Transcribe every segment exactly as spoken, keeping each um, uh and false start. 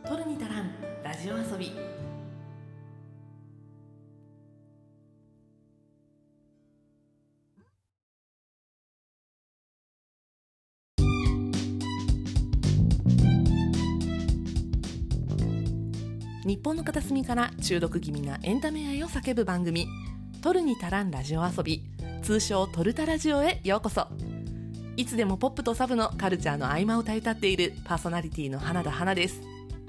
取るに足らんラジオ遊び。日本の片隅から中毒気味なエンタメ愛を叫ぶ番組、取るに足らんラジオ遊び、通称トルタラジオへようこそ。いつでもポップとサブのカルチャーの合間を歌い立っているパーソナリティの花田花です。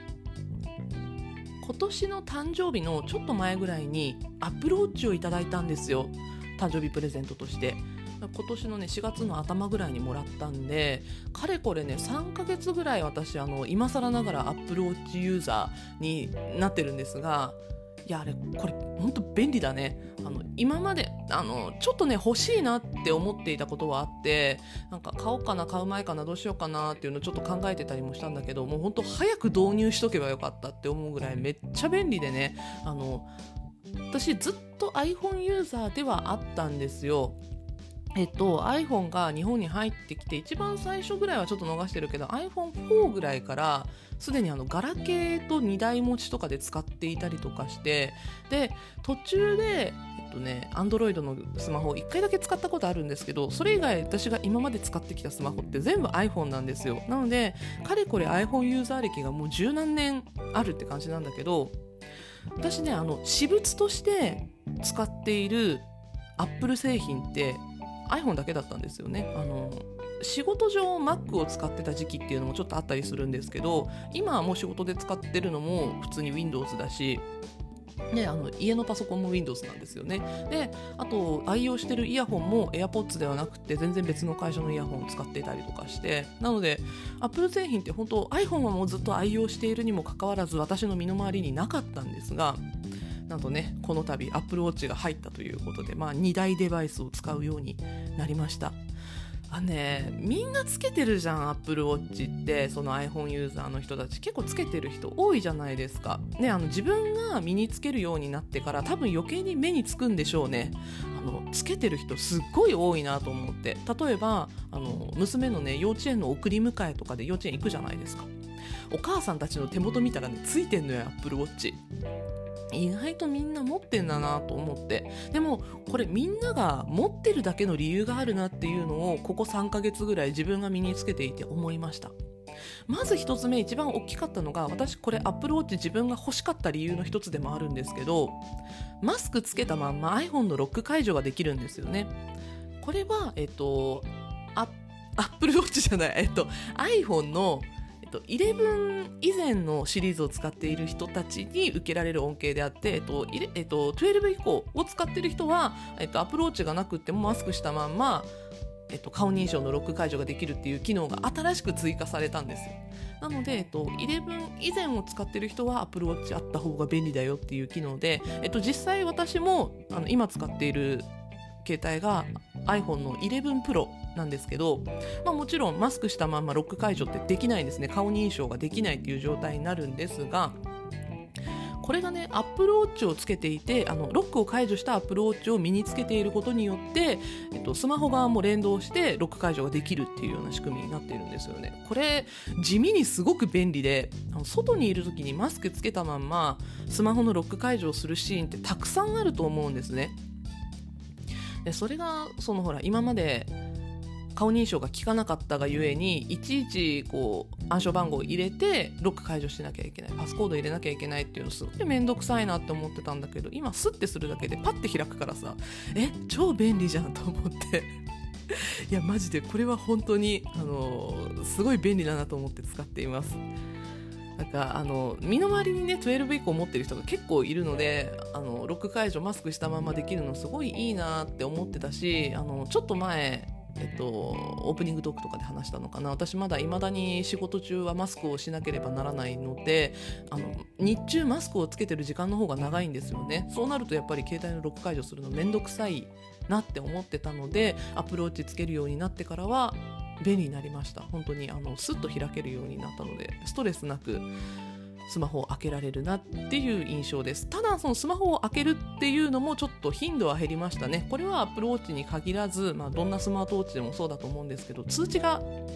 今年の誕生日のちょっと前ぐらいにアップルウォッチをいただいたんですよ、誕生日プレゼントとして。今年のねしがつの頭ぐらいにもらったんで、かれこれねさんかげつぐらい私あの今更ながらアップルウォッチユーザーになってるんですが、いやあれこれ本当便利だね。あの今まであのちょっとね欲しいなって思っていたことはあって、なんか買おうかな買う前かなどうしようかなっていうのをちょっと考えてたりもしたんだけど、もう本当早く導入しとけばよかったって思うぐらいめっちゃ便利でね、あの私ずっと iPhone ユーザーではあったんですよ。えっと、iPhone が日本に入ってきて一番最初ぐらいはちょっと逃してるけど アイフォンフォー ぐらいからすでにあのガラケーとにだい持ちとかで使っていたりとかして、で途中でえっとね Android のスマホをいっかいだけ使ったことあるんですけど、それ以外私が今まで使ってきたスマホって全部 iPhone なんですよ。なのでかれこれ iPhone ユーザー歴がもう十何年あるって感じなんだけど、私ねあの私物として使っている Apple 製品って iPhone だけだったんですよね。あの仕事上 Mac を使ってた時期っていうのもちょっとあったりするんですけど、今はもう仕事で使ってるのも普通に Windows だし、であの家のパソコンも Windows なんですよね。であと愛用してるイヤホンも AirPods ではなくて全然別の会社のイヤホンを使っていたりとかして、なので Apple 製品って本当 iPhone はもうずっと愛用しているにもかかわらず私の身の回りになかったんですが、なんとねこの度 Apple Watch が入ったということで、まあ、にだいデバイスを使うようになりました。あね、みんなつけてるじゃん Apple Watch って。その iPhone ユーザーの人たち結構つけてる人多いじゃないですか、ね、あの自分が身につけるようになってから多分余計に目につくんでしょうね。あのつけてる人すっごい多いなと思って、例えばあの娘のね幼稚園の送り迎えとかで幼稚園行くじゃないですか。お母さんたちの手元見たらねついてんのよ Apple Watch。意外とみんな持ってんだなと思って、でもこれみんなが持ってるだけの理由があるなっていうのをここさんかげつぐらい自分が身につけていて思いました。まず一つ目、一番大きかったのが、私これ Apple Watch 自分が欲しかった理由の一つでもあるんですけど、マスクつけたまんま iPhone のロック解除ができるんですよね。これはえっと Apple Watch じゃない、えっと iPhone のえっと、じゅうい以前のシリーズを使っている人たちに受けられる恩恵であって、えっとえっと、じゅうに以降を使っている人は、えっと、Apple Watch がなくてもマスクしたまんま、えっと、顔認証のロック解除ができるっていう機能が新しく追加されたんですよ。なので、えっと、じゅうい以前を使っている人は Apple Watch あった方が便利だよっていう機能で、えっと、実際私もあの今使っている携帯が iPhone のじゅういち Pro なんですけど、まあ、もちろんマスクしたままロック解除ってできないんですね。顔認証ができないっていう状態になるんですが、これがね Apple Watch をつけていて、あのロックを解除した Apple Watch を身につけていることによって、えっと、スマホ側も連動してロック解除ができるっていうような仕組みになっているんですよね。これ地味にすごく便利で、あの外にいる時にマスクつけたまんまスマホのロック解除をするシーンってたくさんあると思うんですね。でそれがそのほら今まで顔認証が効かなかったがゆえにいちいちこう暗証番号を入れてロック解除しなきゃいけない、パスコード入れなきゃいけないっていうのすごいめんどくさいなって思ってたんだけど、今スッてするだけでパッて開くからさ、え超便利じゃんと思っていやマジでこれは本当にあのすごい便利だなと思って使っています。なんかあの身の回りにねじゅうに以降持ってる人が結構いるので、あのロック解除マスクしたままできるのすごいいいなって思ってたし、あのちょっと前えっと、オープニングトークとかで話したのかな、私まだ未だに仕事中はマスクをしなければならないので、あの日中マスクをつけてる時間の方が長いんですよね。そうなるとやっぱり携帯のロック解除するのめんどくさいなって思ってたので、アプローチつけるようになってからは便利になりました。本当にあのスッと開けるようになったので、ストレスなくスマホを開けられるなっていう印象です。ただそのスマホを開けるっていうのもちょっと頻度は減りましたね。これは Apple Watch に限らず、まあ、どんなスマートウォッチでもそうだと思うんですけど、通知が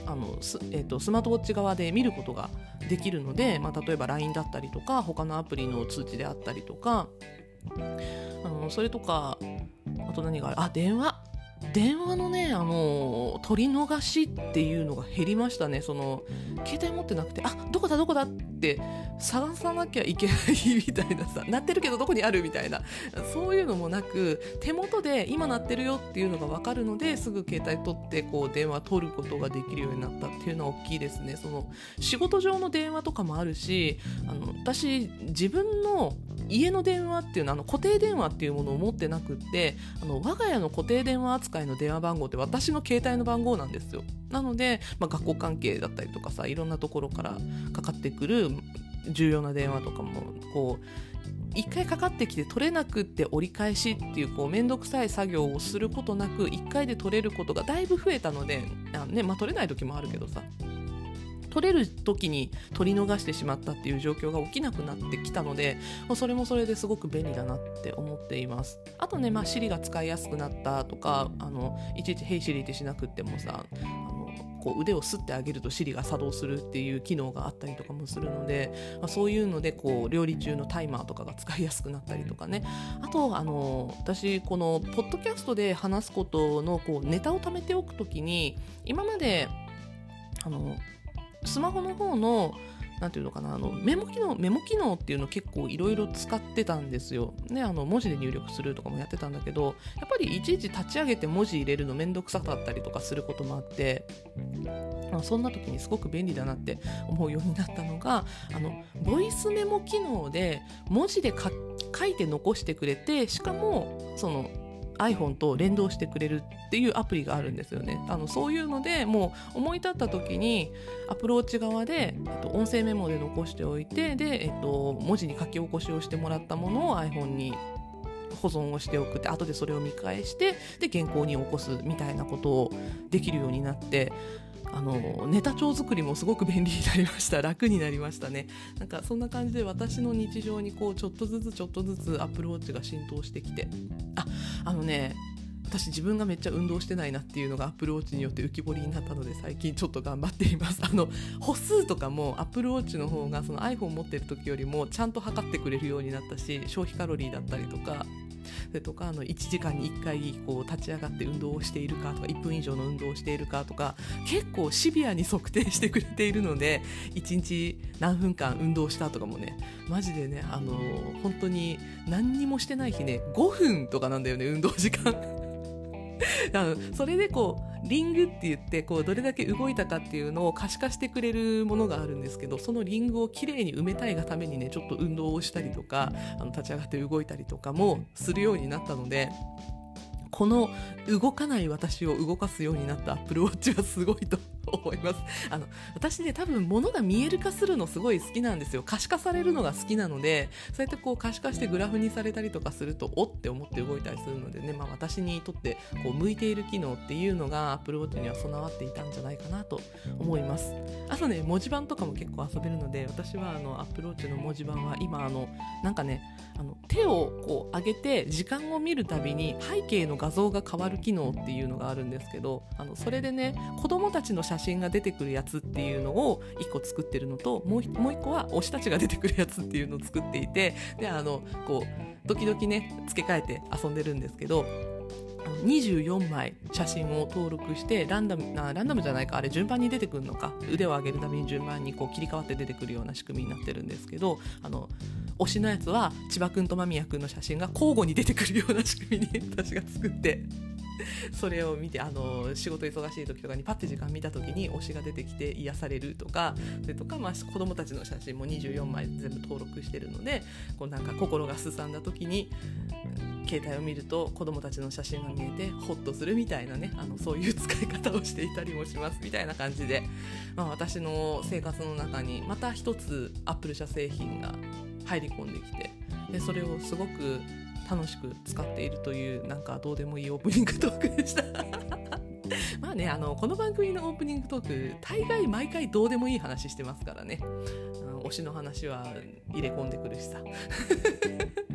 あの ス,、えー、とスマートウォッチ側で見ることができるので、まあ、例えば ライン だったりとか他のアプリの通知であったりとか、あのそれとかあと何がある、あ電話電話のね、あの取り逃しっていうのが減りましたね。その携帯持ってなくて、あどこだどこだって探さなきゃいけないみたいなさ、鳴ってるけどどこにあるみたいな、そういうのもなく、手元で今鳴ってるよっていうのが分かるので、すぐ携帯取ってこう電話取ることができるようになったっていうのは大きいですね。その仕事上の電話とかもあるし、あの私自分の家の電話っていうのはあの固定電話っていうものを持ってなくって、あの我が家の固定電話扱いの電話番号って私の携帯の番号なんですよ。なので、まあ、学校関係だったりとかさ、いろんなところからかかってくる重要な電話とかもこう一回かかってきて取れなくって折り返しっていうこうめんどくさい作業をすることなく一回で取れることがだいぶ増えたので、あ、ねまあ、取れない時もあるけどさ、取れる時に取り逃してしまったっていう状況が起きなくなってきたので、それもそれですごく便利だなって思っています。あとね、まあ、Siri が使いやすくなったとか、あのいちいち Hey Siri ってしなくってもさ、あのこう腕をスッて上げると Siri が作動するっていう機能があったりとかもするので、まあ、そういうのでこう料理中のタイマーとかが使いやすくなったりとかね。あとあの私このポッドキャストで話すことのこうネタを貯めておくときに、今まであのスマホの方のなんていうのかな、あのメモ機能メモ機能っていうのを結構いろいろ使ってたんですよ、ね、あの文字で入力するとかもやってたんだけど、やっぱりいちいち立ち上げて文字入れるのめんどくさかったりとかすることもあって、そんな時にすごく便利だなって思うようになったのが、あのボイスメモ機能で文字で書書いて残してくれて、しかもそのiPhone と連動してくれるっていうアプリがあるんですよね。あのそういうのでもう思い立った時にアプローチ側で、えっと、音声メモで残しておいて、で、えっと、文字に書き起こしをしてもらったものを iPhone に保存をしておくって、後でそれを見返してで原稿に起こすみたいなことをできるようになって、あのネタ帳作りもすごく便利になりました。楽になりましたね。なんかそんな感じで私の日常にこうちょっとずつちょっとずつアプローチが浸透してきて、ああのね私自分がめっちゃ運動してないなっていうのがアプローチによって浮き彫りになったので、最近ちょっと頑張っています。あの歩数とかもアプローチの方がその iPhone 持ってる時よりもちゃんと測ってくれるようになったし、消費カロリーだったりとかそれとかあのいちじかんにいっかいこう立ち上がって運動をしているかとか、いっぷん以上の運動をしているかとか結構シビアに測定してくれているので、いちにち何分間運動したとかもね、マジでね、あの本当に何にもしてない日ねごふんとかなんだよね、運動時間それでこうリングって言ってこうどれだけ動いたかっていうのを可視化してくれるものがあるんですけど、そのリングをきれいに埋めたいがためにねちょっと運動をしたりとか、あの立ち上がって動いたりとかもするようになったので、この動かない私を動かすようになったApple Watchはすごいと思います。あの私ね多分物が見える化するのすごい好きなんですよ。可視化されるのが好きなので、そうやってこう可視化してグラフにされたりとかするとおって思って動いたりするのでね、まあ、私にとってこう向いている機能っていうのがApple Watchには備わっていたんじゃないかなと思います。あとね文字盤とかも結構遊べるので、私はあのApple Watchの文字盤は今あのなんかねあの手をこう上げて時間を見るたびに背景の画像が変わる機能っていうのがあるんですけど、あのそれでね子供たちの写真が出てくるやつっていうのをいっこ作ってるのと、もう一個は推したちが出てくるやつっていうのを作っていて、であのこう時々ね付け替えて遊んでるんですけど、にじゅうよんまい写真を登録してランダムなランダムじゃないかあれ順番に出てくるのか、腕を上げるために順番にこう切り替わって出てくるような仕組みになってるんですけど、あの推しのやつは千葉くんと間宮くんの写真が交互に出てくるような仕組みに私が作ってそれを見て、あの仕事忙しい時とかにパッて時間見た時に推しが出てきて癒されるとか、それとか、まあ、子供たちの写真もにじゅうよんまい全部登録してるので、こうなんか心がすさんだ時に携帯を見ると子供たちの写真が見えてホッとするみたいなね、あのそういう使い方をしていたりもしますみたいな感じで、まあ、私の生活の中にまた一つアップル社製品が入り込んできて、でそれをすごく楽しく使っているという、なんかどうでもいいオープニングトークでしたまあね、あのこの番組のオープニングトーク大概毎回どうでもいい話してますからね、推しの話は入れ込んでくるしさ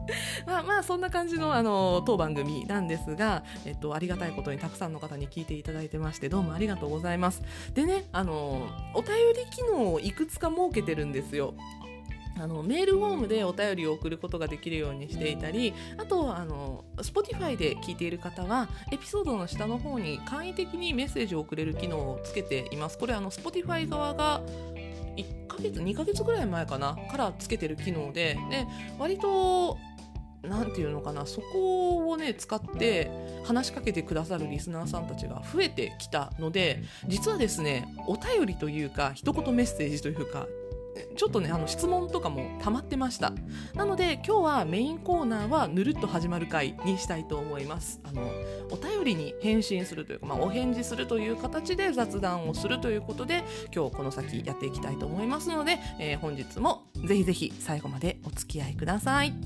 まあまあそんな感じのあの当番組なんですが、えっと、ありがたいことにたくさんの方に聞いていただいてまして、どうもありがとうございます。でね、あのお便り機能をいくつか設けてるんですよ。あのメールフォームでお便りを送ることができるようにしていたり、あとあの Spotify で聞いている方はエピソードの下の方に簡易的にメッセージを送れる機能をつけています。これあの Spotify 側がいっかげつにかげつぐらい前かなからつけてる機能で、で割となんていうのかな、そこをね使って話しかけてくださるリスナーさんたちが増えてきたので、実はですねお便りというか一言メッセージというかちょっとねあの質問とかも溜まってました。なので今日はメインコーナーはぬるっと始まる回にしたいと思います。あのお便りに返信するというか、まあ、お返事するという形で雑談をするということで今日この先やっていきたいと思いますので、えー、本日もぜひぜひ最後までお付き合いください。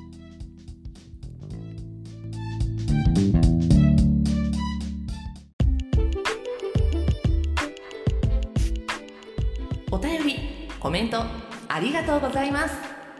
お便りコメントありがとうございます。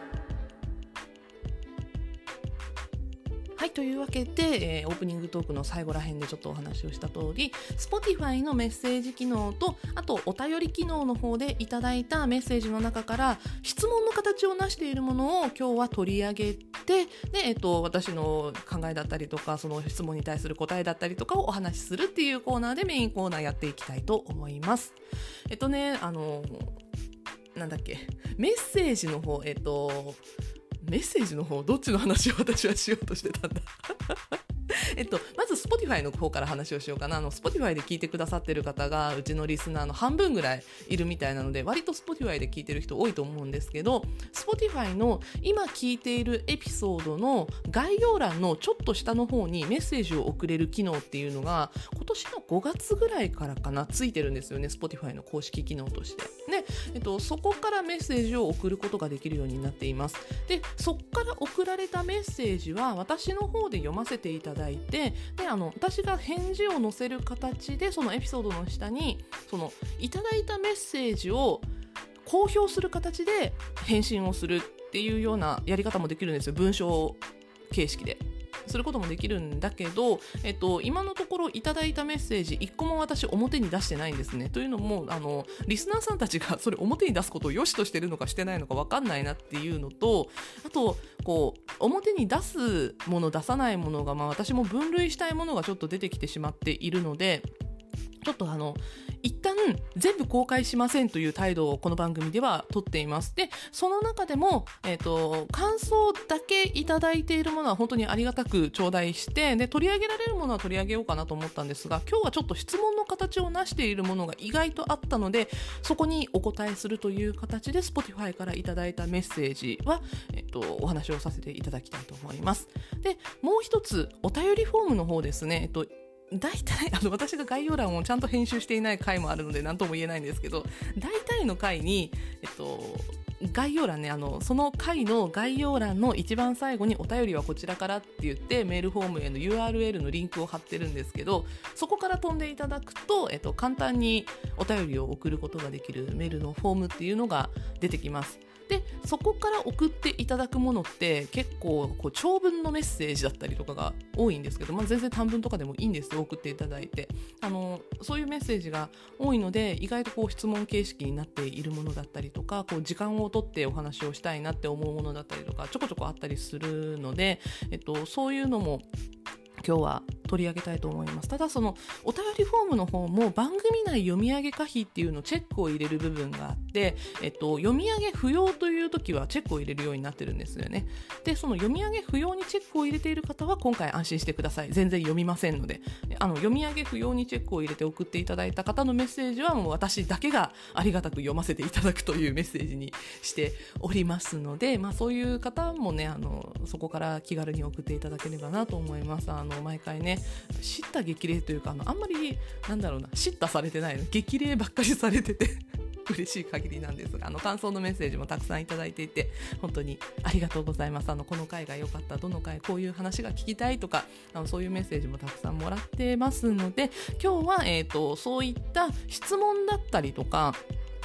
はい、というわけで、えー、オープニングトークの最後ら辺でちょっとお話をした通り Spotify のメッセージ機能とあとお便り機能の方でいただいたメッセージの中から質問の形を成しているものを今日は取り上げてで、えー、と私の考えだったりとかその質問に対する答えだったりとかをお話しするっていうコーナーでメインコーナーやっていきたいと思います。えっとねあのなんだっけメッセージの方えっとメッセージの方どっちの話を私はしようとしてたんだえっと、まず Spotify の方から話をしようかな。あの Spotify で聞いてくださってる方がうちのリスナーの半分ぐらいいるみたいなので割と Spotify で聞いてる人多いと思うんですけど、 Spotify の今聞いているエピソードの概要欄のちょっと下の方にメッセージを送れる機能っていうのが今年のごがつぐらいからかなついてるんですよね。 Spotify の公式機能としてで、えっと、そこからメッセージを送ることができるようになっています。でそこから送られたメッセージは私の方で読ませていただいて、であの私が返事を載せる形でそのエピソードの下にそのいただいたメッセージを公表する形で返信をするっていうようなやり方もできるんですよ。文章形式ですることもできるんだけど、えっと、今のところいただいたメッセージいっこも私表に出してないんですね。というのもあのリスナーさんたちがそれ表に出すことを良しとしてるのかしてないのか分かんないなっていうのと、あとこう表に出すもの出さないものが、まあ、私も分類したいものがちょっと出てきてしまっているので、ちょっとあの一旦全部公開しませんという態度をこの番組では取っています。でその中でも、えーと、感想だけいただいているものは本当にありがたく頂戴して、で取り上げられるものは取り上げようかなと思ったんですが、今日はちょっと質問の形を成しているものが意外とあったのでそこにお答えするという形で Spotify からいただいたメッセージは、えーと、お話をさせていただきたいと思います。でもう一つお便りフォームの方ですね、えっと大体あの私が概要欄をちゃんと編集していない回もあるので何とも言えないんですけど、大体の回に、えっと、概要欄ねあのその回の概要欄の一番最後にお便りはこちらからって言ってメールフォームへの ユーアールエル のリンクを貼ってるんですけど、そこから飛んでいただくと、えっと、簡単にお便りを送ることができるメールのフォームっていうのが出てきます。でそこから送っていただくものって結構こう長文のメッセージだったりとかが多いんですけど、まあ、全然短文とかでもいいんですよ。送っていただいてあのそういうメッセージが多いので意外とこう質問形式になっているものだったりとか、こう時間をとってお話をしたいなって思うものだったりとかちょこちょこあったりするので、えっと、そういうのも今日は取り上げたいと思います。ただそのお便りフォームの方も番組内読み上げ可否っていうのチェックを入れる部分があって、えっと、読み上げ不要という時はチェックを入れるようになってるんですよね。でその読み上げ不要にチェックを入れている方は今回安心してください。全然読みませんので、あの読み上げ不要にチェックを入れて送っていただいた方のメッセージはもう私だけがありがたく読ませていただくというメッセージにしておりますので、まあ、そういう方もねあのそこから気軽に送っていただければなと思います。あの毎回ね叱咤激励というかあのあんまりなんだろうな叱咤されてないの激励ばっかりされてて嬉しい限りなんですが、あの感想のメッセージもたくさんいただいていて本当にありがとうございます。あのこの回が良かった、どの回こういう話が聞きたいとかあのそういうメッセージもたくさんもらってますので、今日は、えーと、そういった質問だったりとか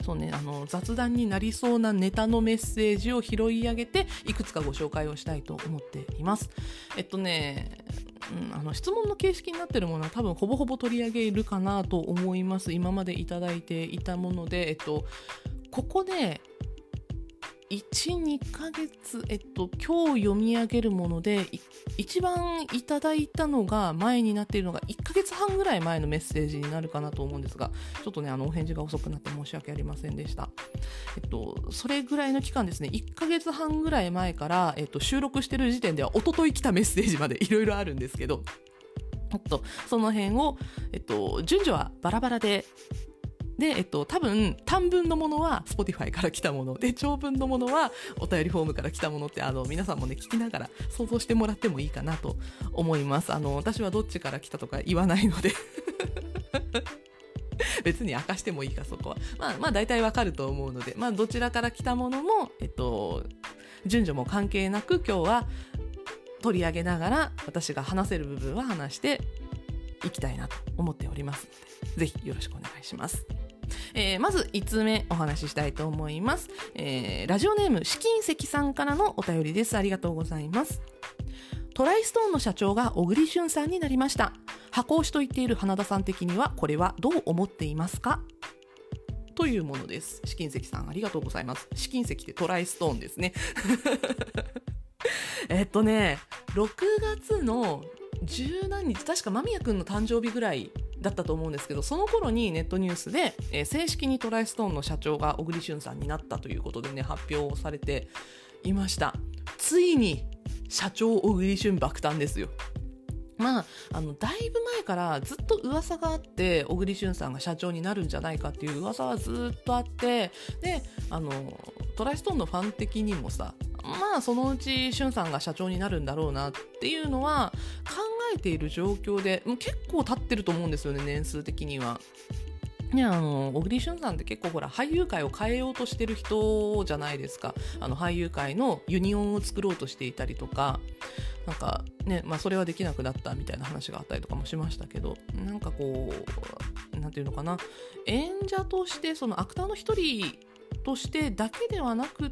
そうね、あの雑談になりそうなネタのメッセージを拾い上げていくつかご紹介をしたいと思っています。えっとねうん、あの質問の形式になっているものは多分ほぼほぼ取り上げるかなと思います。今までいただいていたもので、えっと、ここでいち、にかげつ、えっと、今日読み上げるもので一番いただいたのが前になっているのがいっかげつはんぐらい前のメッセージになるかなと思うんですが、ちょっとねあのお返事が遅くなって申し訳ありませんでした。えっと、それぐらいの期間ですね、いっかげつはんぐらい前から、えっと、収録してる時点では一昨日来たメッセージまでいろいろあるんですけど、えっと、その辺を、えっと、順序はバラバラでで、えっと、多分短文のものは Spotify から来たもので、長文のものはお便りフォームから来たものって、あの皆さんもね聞きながら想像してもらってもいいかなと思います。あの私はどっちから来たとか言わないので別に明かしてもいいか、そこはまあまあ大体わかると思うので、まあどちらから来たものも、えっと、順序も関係なく今日は取り上げながら私が話せる部分は話していきたいなと思っておりますので、ぜひよろしくお願いします。えー、まずいつつめお話ししたいと思います。えー、ラジオネーム試金石さんからのお便りです。ありがとうございます。トライストーンの社長が小栗旬さんになりました。箱推しと言っている花田さん的にはこれはどう思っていますか、というものです。試金石さんありがとうございます。試金石ってトライストーンですねえっとねろくがつの十何日、確か間宮くんの誕生日ぐらいだったと思うんですけど、その頃にネットニュースで、えー、正式にトライストーンの社長が小栗旬さんになったということでね発表されていました。ついに社長小栗旬爆誕ですよ。まあ、あのだいぶ前からずっと噂があって、小栗旬さんが社長になるんじゃないかっていう噂はずっとあって、であのトライストーンのファン的にもさ、まあそのうち旬さんが社長になるんだろうなっていうのは考えている状況で、もう結構経ってると思うんですよね、年数的には。ね、あの小栗旬さんって結構ほら俳優界を変えようとしてる人じゃないですか。あの俳優界のユニオンを作ろうとしていたりとか、なんかね、まあ、それはできなくなったみたいな話があったりとかもしましたけど、なんかこうなんていうのかな、演者としてそのアクターの一人としてだけではなくって、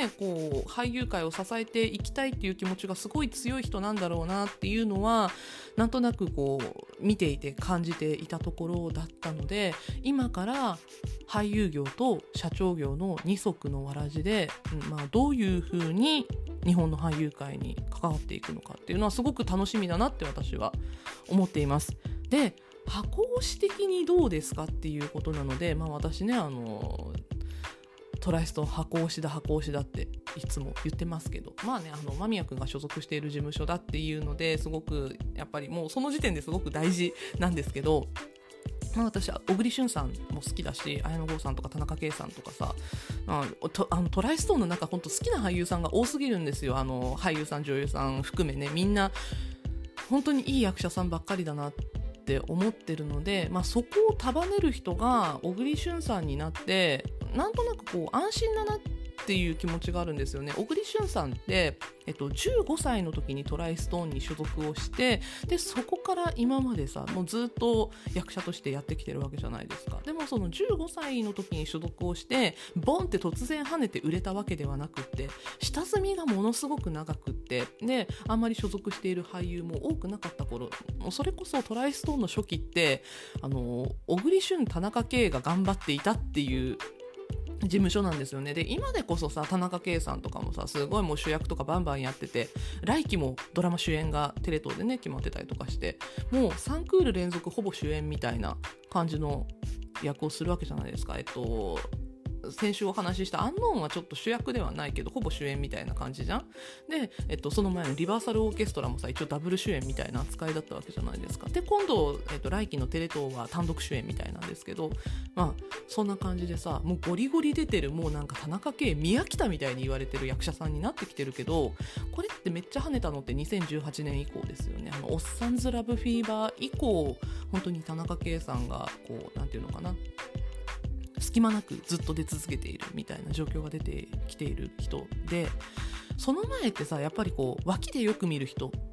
こう俳優界を支えていきたいっていう気持ちがすごい強い人なんだろうなっていうのはなんとなくこう見ていて感じていたところだったので、今から俳優業と社長業の二足のわらじで、まあ、どういうふうに日本の俳優界に関わっていくのかっていうのはすごく楽しみだなって私は思っています。で、箱推し的にどうですかっていうことなので、まあ、私ねあのトライスト箱推しだ箱推しだっていつも言ってますけど、まあね、あの間宮くんが所属している事務所だっていうのですごくやっぱりもうその時点ですごく大事なんですけど、まあ、私は小栗旬さんも好きだし、綾野剛さんとか田中圭さんとかさ、あとあのトライストーンの中本当好きな俳優さんが多すぎるんですよ。あの俳優さん女優さん含めね、みんな本当にいい役者さんばっかりだなって思ってるので、まあ、そこを束ねる人が小栗旬さんになってなんとなくこう安心だなっていう気持ちがあるんですよね。小栗旬さんって、えっと、じゅうごさいの時にトライストーンに所属をして、でそこから今までさもうずっと役者としてやってきてるわけじゃないですか。でもそのじゅうごさいの時に所属をしてボンって突然跳ねて売れたわけではなくって、下積みがものすごく長くって、であんまり所属している俳優も多くなかった頃、もうそれこそトライストーンの初期ってあの小栗旬田中圭が頑張っていたっていう事務所なんですよね。で今でこそさ田中圭さんとかもさすごいもう主役とかバンバンやってて、来期もドラマ主演がテレ東でね決まってたりとかして、もうさんクール連続ほぼ主演みたいな感じの役をするわけじゃないですか。えっと先週お話ししたアンノーンはちょっと主役ではないけどほぼ主演みたいな感じじゃん。で、えっと、その前のリバーサルオーケストラもさ一応ダブル主演みたいな扱いだったわけじゃないですか。で今度、えっと、来期のテレ東は単独主演みたいなんですけど、まあそんな感じでさ、もうゴリゴリ出てる、もうなんか田中圭宮北みたいに言われてる役者さんになってきてるけど、これってめっちゃ跳ねたのってにせんじゅうはちねん以降ですよね。あのおっさんずラブフィーバー以降本当に田中圭さんがこうなんていうのかな、隙間なくずっと出続けているみたいな状況が出てきている人で、その前ってさやっぱりこう脇でよく見る人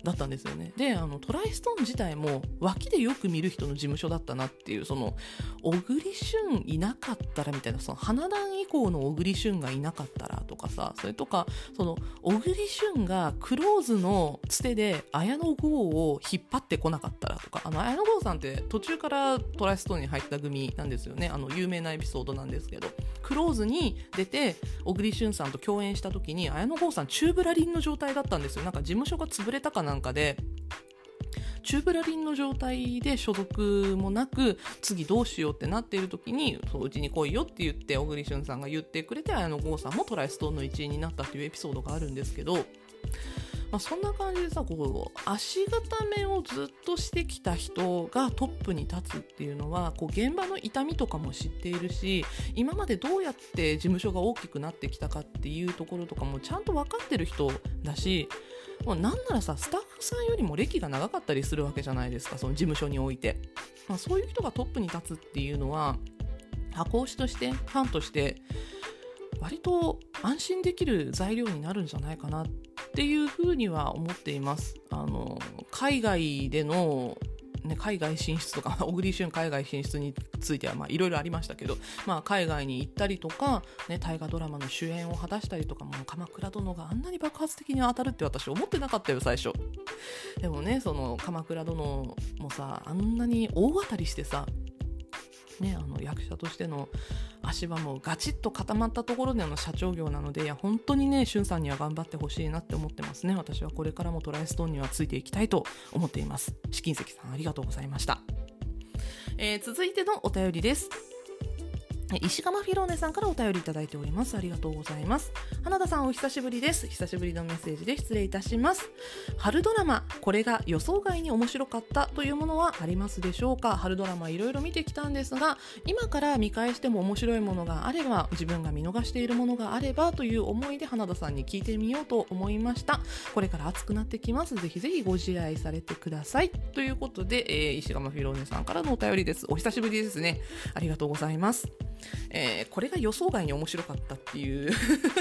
だったんですよね。で、あのトライストーン自体も脇でよく見る人の事務所だったなっていう、その小栗旬いなかったらみたいな、その花壇以降の小栗旬がいなかったらとかさ、それとかその小栗旬がクローズのつてで綾野剛を引っ張ってこなかったらとか、あの綾野剛さんって途中からトライストーンに入った組なんですよね。あの有名なエピソードなんですけど、クローズに出て小栗旬さんと共演した時に綾野剛さんチューブラリンの状態だったんですよ。なんか事務所が潰れたかなんかでチューブラリンの状態で所属もなく、次どうしようってなっている時に、そううちに来いよって言って小栗旬さんが言ってくれて、綾野剛さんもトライストーンの一員になったっていうエピソードがあるんですけど、まあ、そんな感じでさ、こう足固めをずっとしてきた人がトップに立つっていうのは、こう現場の痛みとかも知っているし、今までどうやって事務所が大きくなってきたかっていうところとかもちゃんと分かってる人だし、もうなんならさ、スタッフさんよりも歴が長かったりするわけじゃないですか、その事務所において。まあ、そういう人がトップに立つっていうのは、箱推しとしてファンとして割と安心できる材料になるんじゃないかなっていうふうには思っています。あの海外での、ね、海外進出とか小栗旬海外進出についてはいろいろありましたけど、まあ、海外に行ったりとか、ね、大河ドラマの主演を果たしたりとか、もう鎌倉殿があんなに爆発的に当たるって私思ってなかったよ最初。でもね、その鎌倉殿もさ、あんなに大当たりしてさ、ね、あの役者としての足場もガチッと固まったところでの社長業なので、いや本当にね、しゅんさんには頑張ってほしいなって思ってますね。私はこれからもトライストーンにはついていきたいと思っています。試金石さんありがとうございました。えー、続いてのお便りです。石窯フィローネさんからお便りいただいております。ありがとうございます。花田さんお久しぶりです。久しぶりのメッセージで失礼いたします。春ドラマ、これが予想外に面白かったというものはありますでしょうか。春ドラマいろいろ見てきたんですが、今から見返しても面白いものがあれば、自分が見逃しているものがあればという思いで花田さんに聞いてみようと思いました。これから暑くなってきます。ぜひぜひご自愛されてくださいということで、えー、石窯フィローネさんからのお便りです。お久しぶりですね。ありがとうございます。えー、これが予想外に面白かったっていう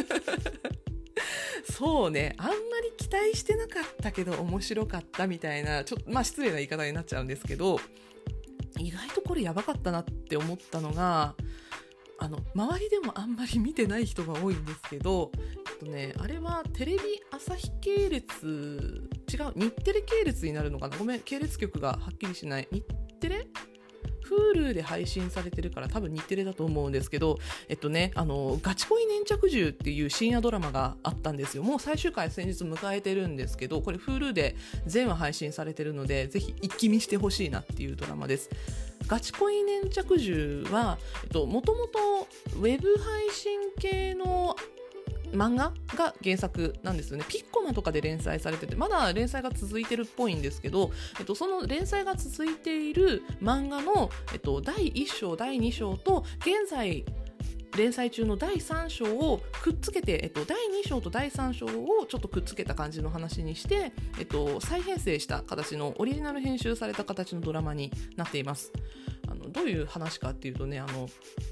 そうね、あんまり期待してなかったけど面白かったみたいな、ちょっとまあ失礼な言い方になっちゃうんですけど、意外とこれやばかったなって思ったのが、あの周りでもあんまり見てない人が多いんですけど、えっとね、あれはテレビ朝日系列、違う日テレ系列になるのかな、ごめん系列局がはっきりしない。日テレHulu で配信されてるから多分日テレだと思うんですけど、えっとね、あのガチ恋粘着銃っていう深夜ドラマがあったんですよ。もう最終回先日迎えてるんですけど、これ Hulu で全話配信されてるので、ぜひ一気見してほしいなっていうドラマです。ガチ恋粘着銃は、えっと、もともとウェブ配信系の漫画が原作なんですよね。ピッコマとかで連載されてて、まだ連載が続いてるっぽいんですけど、えっと、その連載が続いている漫画の、えっと、だいいっ章だいに章と現在連載中のだいさん章をくっつけて、えっと、だいに章とだいさん章をちょっとくっつけた感じの話にして、えっと、再編成した形のオリジナル編集された形のドラマになっています。あのどういう話かっていうとね、あの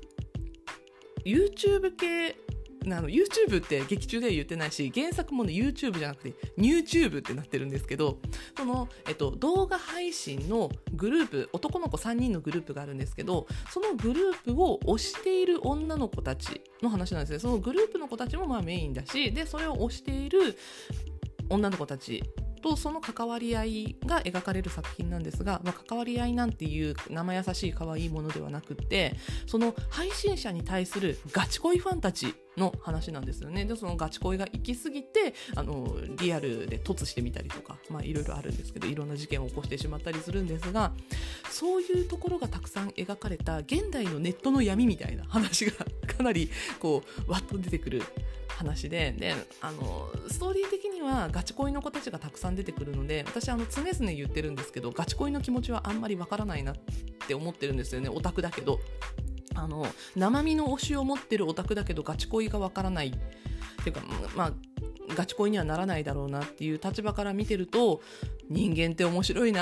YouTube 系、あの YouTube って劇中では言ってないし、原作もね YouTube じゃなくて NewTube ってなってるんですけど、その、えっと、動画配信のグループ、男の子さんにんのグループがあるんですけど、そのグループを推している女の子たちの話なんですね。そのグループの子たちもまあメインだし、でそれを推している女の子たちとその関わり合いが描かれる作品なんですが、まあ、関わり合いなんていう生優しい可愛いものではなくって、その配信者に対するガチ恋ファンたちの話なんですよね。でそのガチ恋が行き過ぎて、あのリアルで突してみたりとか、まあいろいろあるんですけど、いろんな事件を起こしてしまったりするんですが、そういうところがたくさん描かれた現代のネットの闇みたいな話がかなりこうわっと出てくる話で、であのストーリー的にはガチ恋の子たちがたくさん出てくるので、私あの常々言ってるんですけど、ガチ恋の気持ちはあんまりわからないなって思ってるんですよね。オタクだけど、あの生身の推しを持ってるオタクだけどガチ恋がわからないっていうか、まあガチ恋にはならないだろうなっていう立場から見てると、人間って面白いなっ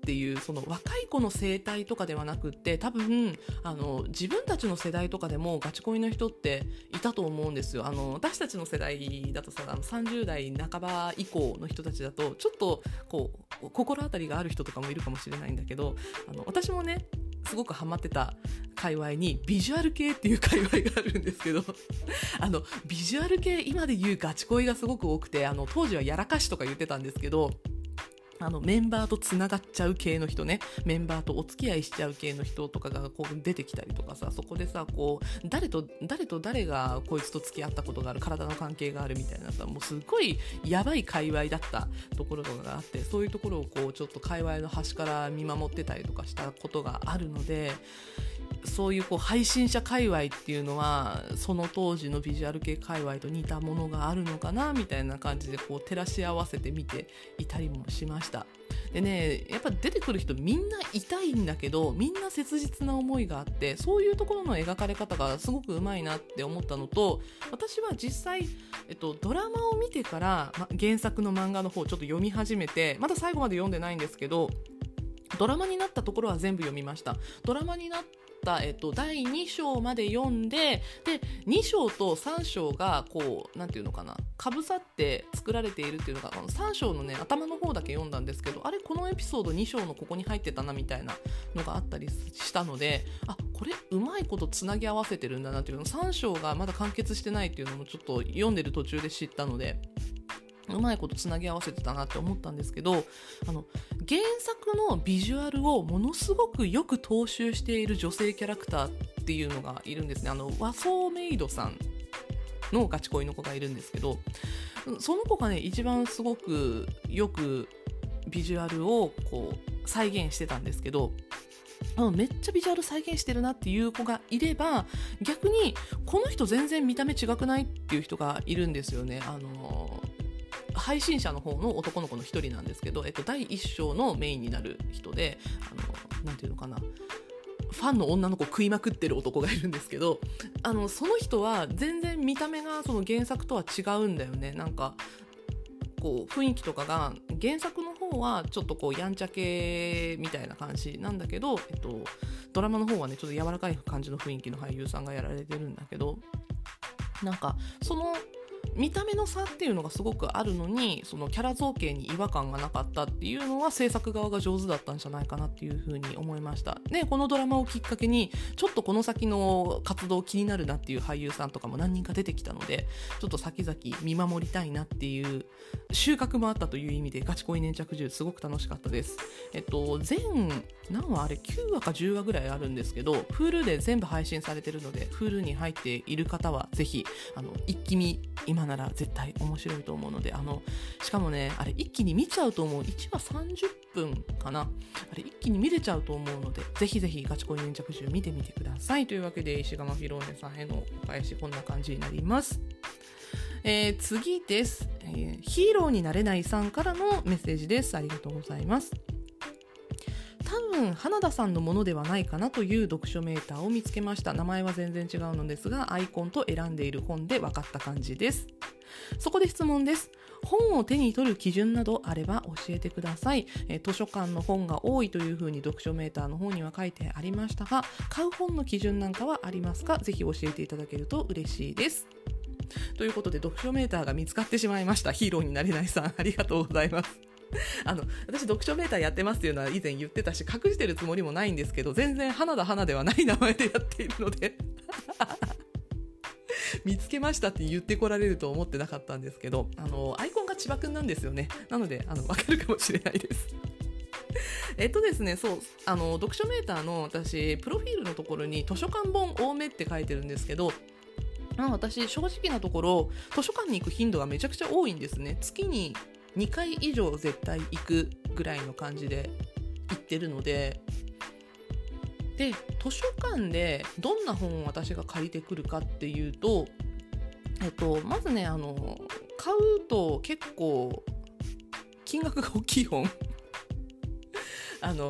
っていうその若い子の生態とかではなくって、多分あの自分たちの世代とかでもガチ恋の人っていたと思うんですよ。あの私たちの世代だとさ、あのさんじゅう代半ば以降の人たちだとちょっとこう心当たりがある人とかもいるかもしれないんだけど、あの私もねすごくハマってた界隈にビジュアル系っていう界隈があるんですけどあのビジュアル系、今で言うガチ恋がすごく多くて、あの当時はやらかしとか言ってたんですけど、あのメンバーとつながっちゃう系の人ね、メンバーとお付き合いしちゃう系の人とかがこう出てきたりとかさ、そこでさこう誰と誰と誰がこいつと付き合ったことがある、体の関係があるみたいなさ、もうすごいやばい界隈だったところとかがあって、そういうところをこうちょっと界隈の端から見守ってたりとかしたことがあるので、そういうこう配信者界隈っていうのはその当時のビジュアル系界隈と似たものがあるのかなみたいな感じでこう照らし合わせて見ていたりもしました。でね、やっぱ出てくる人みんな痛いんだけど、みんな切実な思いがあって、そういうところの描かれ方がすごくうまいなって思ったのと、私は実際、えっと、ドラマを見てから、ま、原作の漫画の方をちょっと読み始めて、まだ最後まで読んでないんですけど、ドラマになったところは全部読みました。ドラマになったえっと、だいに章まで読んで、でに章とさん章がこうなんていうのかな、かぶさって作られているっていうのが、さん章のね頭の方だけ読んだんですけど、あれこのエピソードに章のここに入ってたなみたいなのがあったりしたので、あこれうまいことつなぎ合わせてるんだなっていうの、さん章がまだ完結してないっていうのもちょっと読んでる途中で知ったので、うまいことつなぎ合わせてたなって思ったんですけど、あの原作のビジュアルをものすごくよく踏襲している女性キャラクターっていうのがいるんですね。あの和装メイドさんのガチ恋の子がいるんですけど、その子がね一番すごくよくビジュアルをこう再現してたんですけど、めっちゃビジュアル再現してるなっていう子がいれば、逆にこの人全然見た目違くないっていう人がいるんですよね。あの配信者の方の男の子の一人なんですけど、えっと、だいいっ章のメインになる人で、あのなんていうのかな、ファンの女の子食いまくってる男がいるんですけど、あのその人は全然見た目がその原作とは違うんだよね。なんかこう雰囲気とかが、原作の方はちょっとこうやんちゃ系みたいな感じなんだけど、えっと、ドラマの方はねちょっと柔らかい感じの雰囲気の俳優さんがやられてるんだけど、なんかその見た目の差っていうのがすごくあるのに、そのキャラ造形に違和感がなかったっていうのは制作側が上手だったんじゃないかなっていうふうに思いました。でこのドラマをきっかけにちょっとこの先の活動気になるなっていう俳優さんとかも何人か出てきたので、ちょっと先々見守りたいなっていう収穫もあったという意味で、ガチ恋粘着銃すごく楽しかったです。えっと全何話あれきゅうわかじゅうわぐらいあるんですけど、 Hulu で全部配信されてるので、 Hulu に入っている方はぜひあの一気見、今なら絶対面白いと思うので、あのしかもねあれ一気に見ちゃうと思う、いちわさんじゅっぷんかな、あれ一気に見れちゃうと思うので、ぜひぜひガチ恋粘着銃見てみてください。というわけで石窯フィローネさんへのお返し、こんな感じになります。えー、次です、えー、ヒーローになれないさんからのメッセージです。ありがとうございます。多分花田さんのものではないかなという読書メーターを見つけました。名前は全然違うのですが、アイコンと選んでいる本で分かった感じです。そこで質問です。本を手に取る基準などあれば教えてください。え図書館の本が多いというふうに読書メーターの方には書いてありましたが、買う本の基準なんかはありますか？ぜひ教えていただけると嬉しいです。ということで読書メーターが見つかってしまいました。ヒーローになれないさん、ありがとうございます。あの私読書メーターやってますっていうのは以前言ってたし、隠してるつもりもないんですけど、全然花田花ではない名前でやっているので見つけましたって言ってこられると思ってなかったんですけど、あのアイコンが千葉くんなんですよね。なのであの分かるかもしれないですえっとですね、そうあの読書メーターの私プロフィールのところに図書館本多めって書いてるんですけど、まあ、私正直なところ図書館に行く頻度がめちゃくちゃ多いんですね。月ににかい以上絶対行くぐらいの感じで行ってるので、で図書館でどんな本を私が借りてくるかっていうと、えっと、まずねあの買うと結構金額が大きい本あの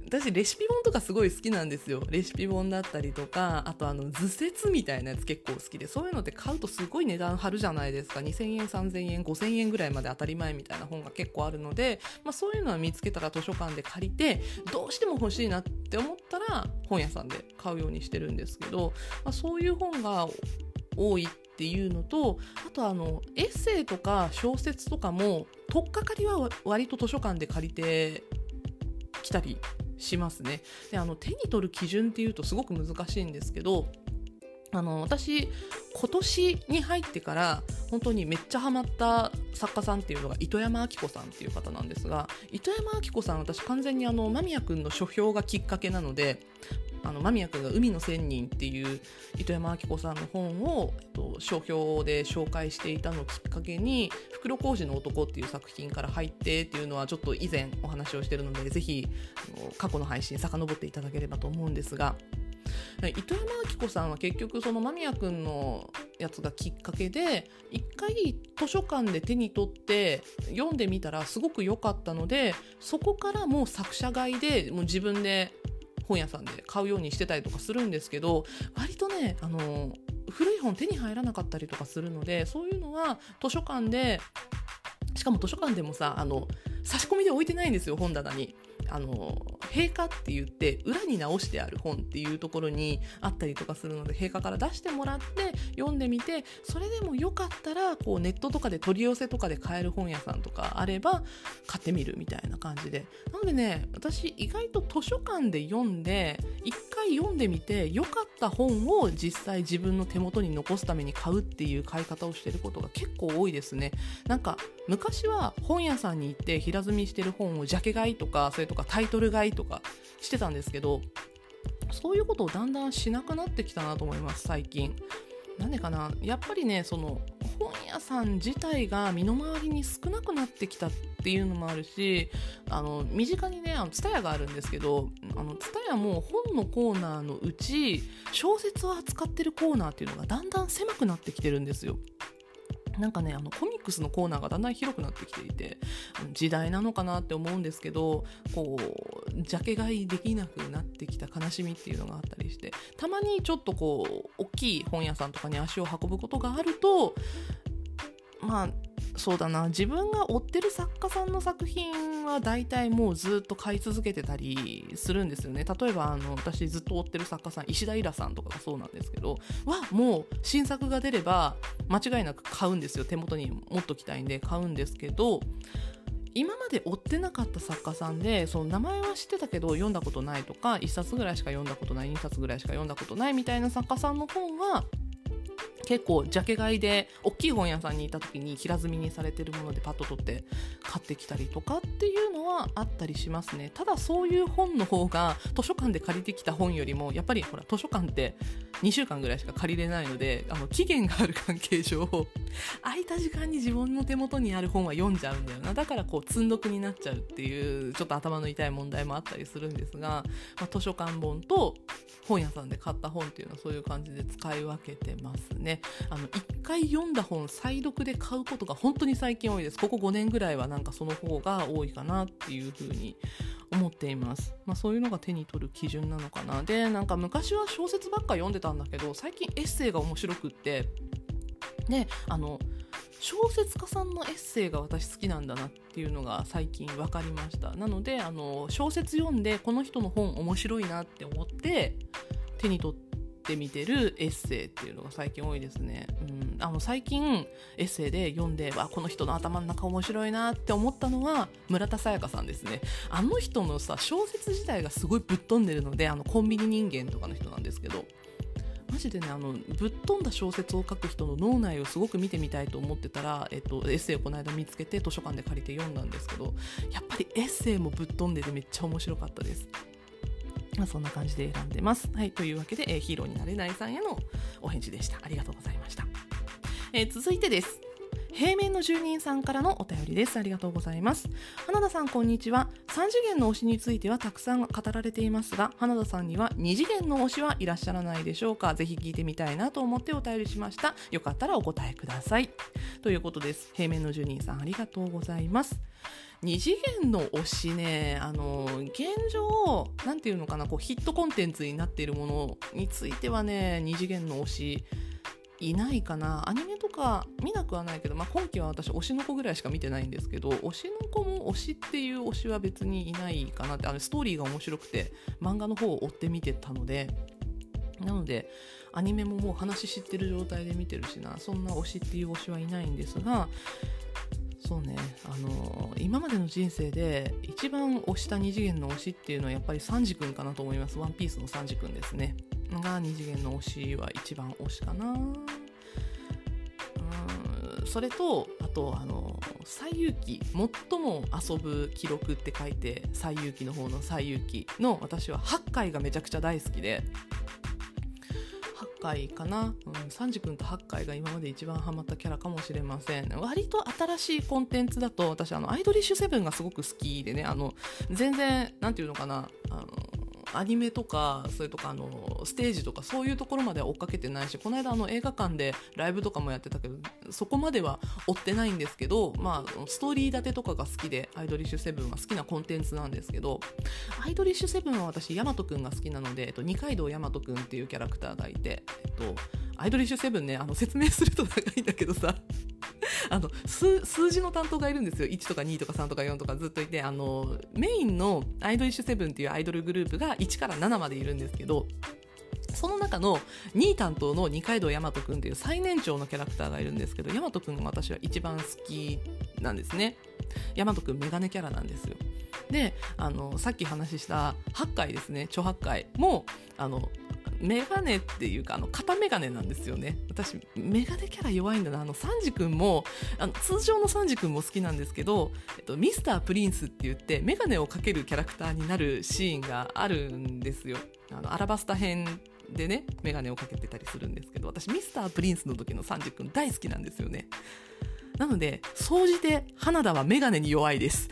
私レシピ本とかすごい好きなんですよ。レシピ本だったりとか、あとあの図説みたいなやつ結構好きで、そういうのって買うとすごい値段張るじゃないですか。にせんえん、さんぜんえん、ごせんえんぐらいまで当たり前みたいな本が結構あるので、まあ、そういうのは見つけたら図書館で借りて、どうしても欲しいなって思ったら本屋さんで買うようにしてるんですけど、まあ、そういう本が多いっていうのと、あとあのエッセイとか小説とかも取っかかりは割と図書館で借りてきたりしますね。で、あの手に取る基準っていうとすごく難しいんですけど、あの私今年に入ってから本当にめっちゃハマった作家さんっていうのが糸山明子さんっていう方なんですが、糸山明子さん、私完全にあの間宮くんの書評がきっかけなので、あの間宮くんが海の仙人っていう糸山明子さんの本を、えっと、書評で紹介していたのをきっかけに袋小路の男っていう作品から入ってっていうのはちょっと以前お話をしているので、ぜひあの過去の配信遡っていただければと思うんですが、糸山明子さんは結局その間宮くんのやつがきっかけで一回図書館で手に取って読んでみたらすごく良かったので、そこからもう作者買いでもう自分で本屋さんで買うようにしてたりとかするんですけど、割とねあの古い本手に入らなかったりとかするので、そういうのは図書館で、しかも図書館でもさ、あの差し込みで置いてないんですよ、本棚に。あの閉館って言って裏に直してある本っていうところにあったりとかするので、閉館から出してもらって読んでみて、それでもよかったらこうネットとかで取り寄せとかで買える本屋さんとかあれば買ってみるみたいな感じで、なのでね、私意外と図書館で読んで一回読んでみてよかった本を実際自分の手元に残すために買うっていう買い方をしてることが結構多いですね。なんか昔は本屋さんに行って平積みしてる本をジャケ買いとか、それとかタイトル買いとかしてたんですけど、そういうことをだんだんしなくなってきたなと思います、最近。なんでかな、やっぱりね、その本屋さん自体が身の回りに少なくなってきたっていうのもあるし、あの身近にね、あのツタヤがあるんですけど、あのツタヤも本のコーナーのうち小説を扱ってるコーナーっていうのがだんだん狭くなってきてるんですよ。なんかね、あのコミックスのコーナーがだんだん広くなってきていて、時代なのかなって思うんですけど、こうジャケ買いできなくなってきた悲しみっていうのがあったりして、たまにちょっとこう大きい本屋さんとかに足を運ぶことがあると、まあそうだな、自分が追ってる作家さんの作品は大体もうずっと買い続けてたりするんですよね。例えばあの私ずっと追ってる作家さん、石田イラさんとかがそうなんですけど、はもう新作が出れば間違いなく買うんですよ。手元に持っときたいんで買うんですけど、今まで追ってなかった作家さんで、その名前は知ってたけど読んだことないとか、いっさつぐらいしか読んだことない、にさつぐらいしか読んだことないみたいな作家さんの本は結構ジャケ買いで大きい本屋さんにいた時に平積みにされてるものでパッと取って買ってきたりとかっていうのはあったりしますね。ただそういう本の方が図書館で借りてきた本よりも、やっぱりほら図書館ってにしゅうかんぐらいしか借りれないので、あの期限がある関係上空いた時間に自分の手元にある本は読んじゃうんだよな。だからこう積んどくになっちゃうっていうちょっと頭の痛い問題もあったりするんですが、まあ、図書館本と本屋さんで買った本っていうのはそういう感じで使い分けてますね。あの一回読んだ本再読で買うことが本当に最近多いです。ここごねんぐらいはなんかその方が多いかなっていうふうに思っています。まあ、そういうのが手に取る基準なのかな。で、なんか昔は小説ばっか読んでたんだけど、最近エッセイが面白くって、であの小説家さんのエッセイが私好きなんだなっていうのが最近分かりました。なのであの小説読んでこの人の本面白いなって思って手に取って見てるエッセイっていうのが最近多いですね。うん、あの最近エッセイで読んで、わ、この人の頭の中面白いなって思ったのは村田沙耶香さんですね。あの人のさ小説自体がすごいぶっ飛んでるので、あのコンビニ人間とかの人なんですけど、マジでね、あのぶっ飛んだ小説を書く人の脳内をすごく見てみたいと思ってたら、えっと、エッセイをこの間見つけて図書館で借りて読んだんですけど、やっぱりエッセイもぶっ飛んでてめっちゃ面白かったです。まあ、そんな感じで選んでます。はい、というわけで、えー、ヒーローになれないさんへのお返事でした。ありがとうございました。えー、続いてです。 平面の住人さんからのお便りです。ありがとうございます。花田さんこんにちは。さん次元の推しについてはたくさん語られていますが、花田さんにはに次元の推しはいらっしゃらないでしょうか。ぜひ聞いてみたいなと思ってお便りしました。よかったらお答えくださいということです。平面の住人さんありがとうございます。二次元の推しね、あの現状なんていうのかな、こうヒットコンテンツになっているものについてはね、二次元の推しいないかな。アニメとか見なくはないけど、まあ、今期は私推しの子ぐらいしか見てないんですけど、推しの子も推しっていう推しは別にいないかなって。あのストーリーが面白くて漫画の方を追って見てたので、なのでアニメももう話知ってる状態で見てるしな、そんな推しっていう推しはいないんですが、そうね、あのー、今までの人生で一番推した二次元の推しっていうのはやっぱりサンジ君かなと思います。ワンピースのサンジ君ですねが二次元の推しは一番推しかな。うーん、それとあとあの最遊記、最も遊ぶ記録って書いて最遊記の方の最遊記の、私は八海がめちゃくちゃ大好きで、八海かな、うん、サンジ君と八海が今まで一番ハマったキャラかもしれません。割と新しいコンテンツだと私あのアイドリッシュセブンがすごく好きでね、あの全然なんていうのかな、あのアニメとかそれとかあのステージとかそういうところまでは追っかけてないし、この間あの映画館でライブとかもやってたけどそこまでは追ってないんですけど、まあストーリー立てとかが好きでアイドリッシュセブンは好きなコンテンツなんですけど、アイドリッシュセブンは私ヤマトくんが好きなので、えっと、二階堂ヤマトくんっていうキャラクターがいて、えっと、アイドリッシュセブンね、あの説明すると長いんだけどさあの 数, 数字の担当がいるんですよ。いちとかにとかさんとかよんとかずっといて、あのメインのアイドリッシュセブンっていうアイドルグループがいちからななまでいるんですけど、その中のに担当の二階堂大和くんっていう最年長のキャラクターがいるんですけど、大和くんが私は一番好きなんですね。大和くんメガネキャラなんですよ。で、あのさっき話した八海ですね、超八海もあのメガネっていうかあの片メガネなんですよね。私メガネキャラ弱いんだな。あのサンジ君もあの通常のサンジ君も好きなんですけど、えっと、ミスタープリンスって言ってメガネをかけるキャラクターになるシーンがあるんですよ。あのアラバスタ編でねメガネをかけてたりするんですけど、私ミスタープリンスの時のサンジ君大好きなんですよね。なので総じて花田はメガネに弱いです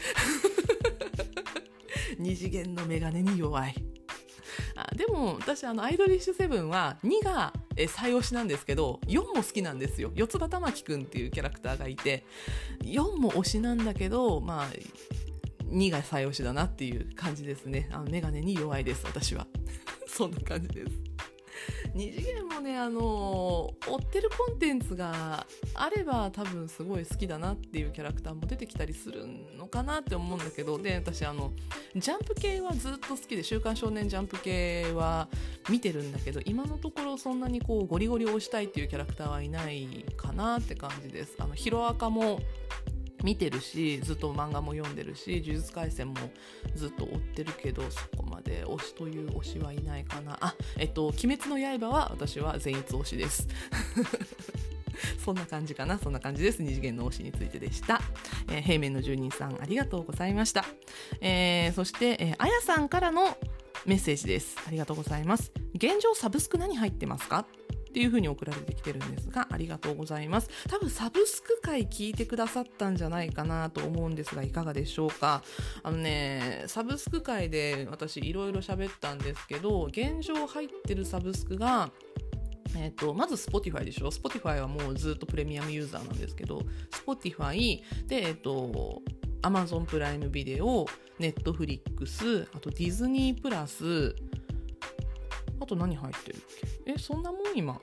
二次元のメガネに弱い。あでも私あのアイドリッシュセブンはにがえ最推しなんですけど、よんも好きなんですよ。四つ葉玉木くんっていうキャラクターがいて、よんも推しなんだけど、まあにが最推しだなっていう感じですね。あのメガネに弱いです私はそんな感じです。二次元もね、あの追ってるコンテンツがあれば多分すごい好きだなっていうキャラクターも出てきたりするのかなって思うんだけど、で私あのジャンプ系はずっと好きで、週刊少年ジャンプ系は見てるんだけど、今のところそんなにこうゴリゴリ推したいっていうキャラクターはいないかなって感じです。あのヒロアカも見てるし、ずっと漫画も読んでるし、呪術廻戦もずっと追ってるけど、そこまで推しという推しはいないかな。あ、えっと鬼滅の刃は私は善逸推しですそんな感じかな。そんな感じです。二次元の推しについてでした。えー、平面の住人さんありがとうございました。えー、そして、えー、あやさんからのメッセージです。ありがとうございます。現状サブスク何入ってますかっていう風に送られてきてるんですが、ありがとうございます。多分サブスク回聞いてくださったんじゃないかなと思うんですが、いかがでしょうか。あのね、サブスク回で私いろいろ喋ったんですけど、現状入ってるサブスクがえー、とまず Spotify でしょ。 Spotify はもうずっとプレミアムユーザーなんですけど、 Spotify で、えー、と Amazon プライムビデオ、 Netflix、 あとディズニープラス、あと何入ってるっけ。えそんなもん今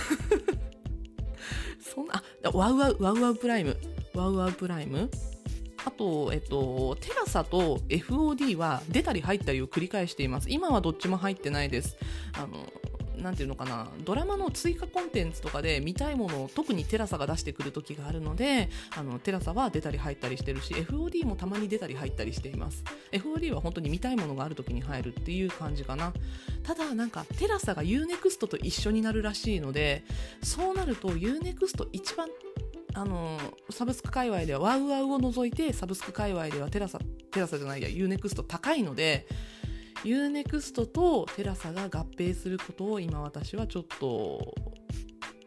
そんなあワウワウワウワウプライムワウワウプライムあと、えっと、テラサと エフオーディー は出たり入ったりを繰り返しています。今はどっちも入ってないです。あのなんていうのかな、ドラマの追加コンテンツとかで見たいものを特にテラサが出してくる時があるので、あのテラサは出たり入ったりしてるし、 エフオーディー もたまに出たり入ったりしています。 エフオーディー は本当に見たいものがある時に入るっていう感じかな。ただなんかテラサが ユーネクスト と一緒になるらしいので、そうなると ユーネクスト 一番あのサブスク界隈ではワウワウを除いてサブスク界隈ではテラサテラサじゃないや ユーネクスト 高いので、ユーネクスト とテラサが合併することを今私はちょっと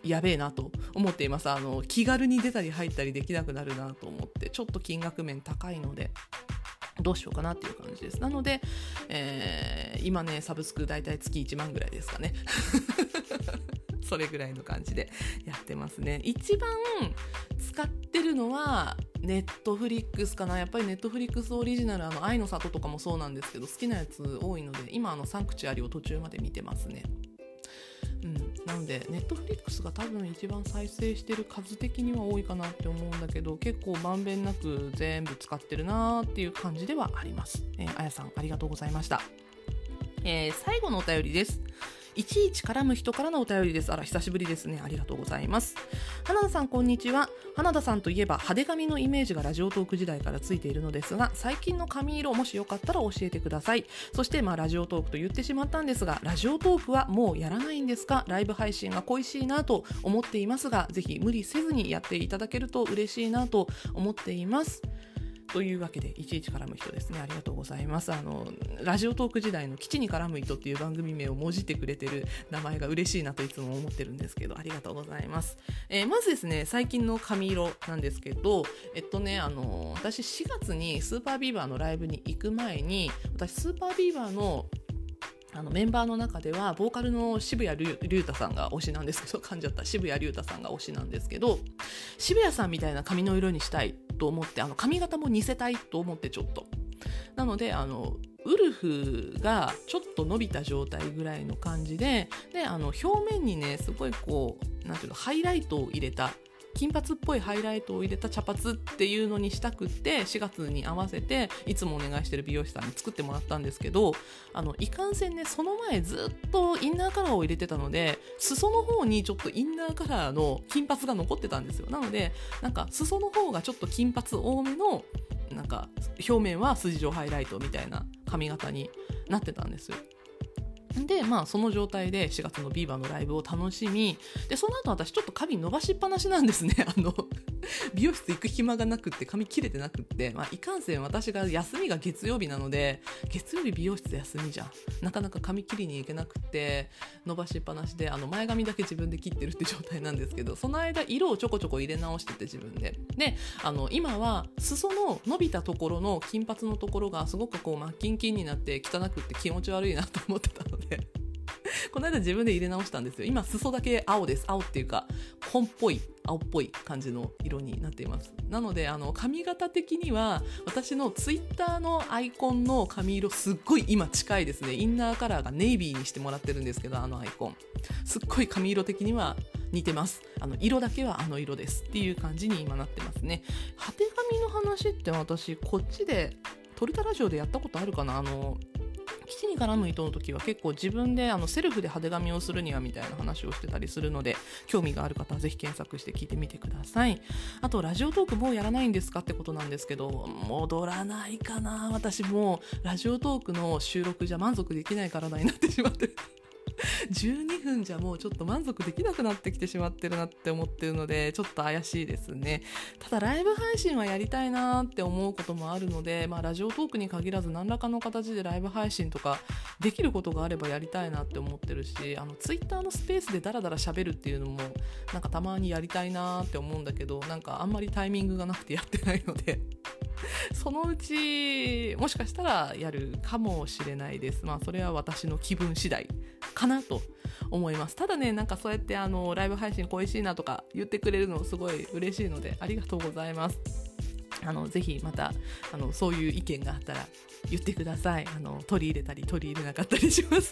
やべえなと思っています。あの気軽に出たり入ったりできなくなるなと思って、ちょっと金額面高いのでどうしようかなっていう感じです。なので、えー、今ねサブスクだいたい月いちまんぐらいですかねそれぐらいの感じでやってますね。一番使ってるのはネットフリックスかな。やっぱりネットフリックスオリジナル、あの愛の里とかもそうなんですけど、好きなやつ多いので、今あのサンクチュアリを途中まで見てますね。うん、なのでネットフリックスが多分一番再生してる数的には多いかなって思うんだけど、結構まんべんなく全部使ってるなっていう感じではあります。えー、あやさんありがとうございました。えー、最後のお便りです。いちいち絡む人からのお便りです。あら久しぶりですね。ありがとうございます。花田さんこんにちは。花田さんといえば派手髪のイメージがラジオトーク時代からついているのですが、最近の髪色もしよかったら教えてください。そしてまあラジオトークと言ってしまったんですが、ラジオトークはもうやらないんですか？ライブ配信が恋しいなと思っていますが、ぜひ無理せずにやっていただけると嬉しいなと思っています。というわけでいちいち絡む人ですね。ありがとうございます。あのラジオトーク時代の基地に絡む人っていう番組名をもじってくれてる名前が嬉しいなといつも思ってるんですけど、ありがとうございます。えー、まずですね、最近の髪色なんですけど、えっとねあの私しがつにスーパービーバーのライブに行く前に、私スーパービーバーのあのメンバーの中ではボーカルの渋谷龍太さんが推しなんですけど、噛んじゃった、渋谷龍太さんが推しなんですけど、渋谷さんみたいな髪の色にしたいと思って、あの髪型も似せたいと思って、ちょっとなのであのウルフがちょっと伸びた状態ぐらいの感じで、であの表面にねすごいこうなんていうのハイライトを入れた、金髪っぽいハイライトを入れた茶髪っていうのにしたくって、しがつに合わせていつもお願いしてる美容師さんに作ってもらったんですけど、あのいかんせんねその前ずっとインナーカラーを入れてたので、裾の方にちょっとインナーカラーの金髪が残ってたんですよ。なのでなんか裾の方がちょっと金髪多めの、なんか表面は筋状ハイライトみたいな髪型になってたんですよ。でまあその状態でしがつのビーバーのライブを楽しみで、その後私ちょっと髪伸ばしっぱなしなんですね。あの美容室行く暇がなくって髪切れてなくって、まあ、いかんせん私が休みが月曜日なので、月曜日美容室休みじゃん、なかなか髪切りに行けなくって伸ばしっぱなしで、あの前髪だけ自分で切ってるって状態なんですけど、その間色をちょこちょこ入れ直してて自分でであの今は裾の伸びたところの金髪のところがすごくこうマッキンキンになって汚くって気持ち悪いなと思ってたのでこの間自分で入れ直したんですよ。今裾だけ青です。青っていうか紺っぽい青っぽい感じの色になっています。なのであの髪型的には私のツイッターのアイコンの髪色すっごい今近いですね。インナーカラーがネイビーにしてもらってるんですけど、あのアイコンすっごい髪色的には似てます。あの色だけはあの色ですっていう感じに今なってますね。果て髪の話って私こっちでトルタラジオでやったことあるかな。あの基地に絡む人の時は結構自分であのセルフで派手髪をするにはみたいな話をしてたりするので、興味がある方はぜひ検索して聞いてみてください。あとラジオトークもうやらないんですかってことなんですけど、戻らないかな。私もうラジオトークの収録じゃ満足できない体になってしまってるじゅうにふんじゃもうちょっと満足できなくなってきてしまってるなって思ってるので、ちょっと怪しいですね。ただライブ配信はやりたいなって思うこともあるので、まあ、ラジオトークに限らず何らかの形でライブ配信とかできることがあればやりたいなって思ってるし、あのツイッターのスペースでダラダラ喋るっていうのもなんかたまにやりたいなって思うんだけど、なんかあんまりタイミングがなくてやってないのでそのうちもしかしたらやるかもしれないです。まあそれは私の気分次第かなと思います。ただね、なんかそうやってあのライブ配信恋しいなとか言ってくれるのすごい嬉しいのでありがとうございます。あのぜひまたあのそういう意見があったら言ってください。あの取り入れたり取り入れなかったりします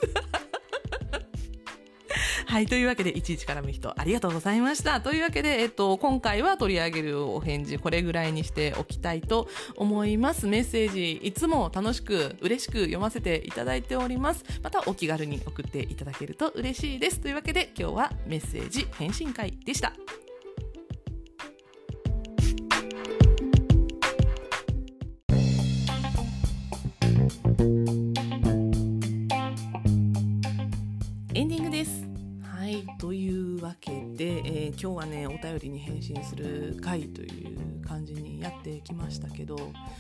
はい、というわけでいちいち絡む人ありがとうございました。というわけで、えっと、今回は取り上げるお返事これぐらいにしておきたいと思います。メッセージいつも楽しく嬉しく読ませていただいております。またお気軽に送っていただけると嬉しいです。というわけで今日はメッセージ返信会でした。エンディングです。はい、というわけで、えー、今日はねお便りに返信する回という感じにやってきましたけど、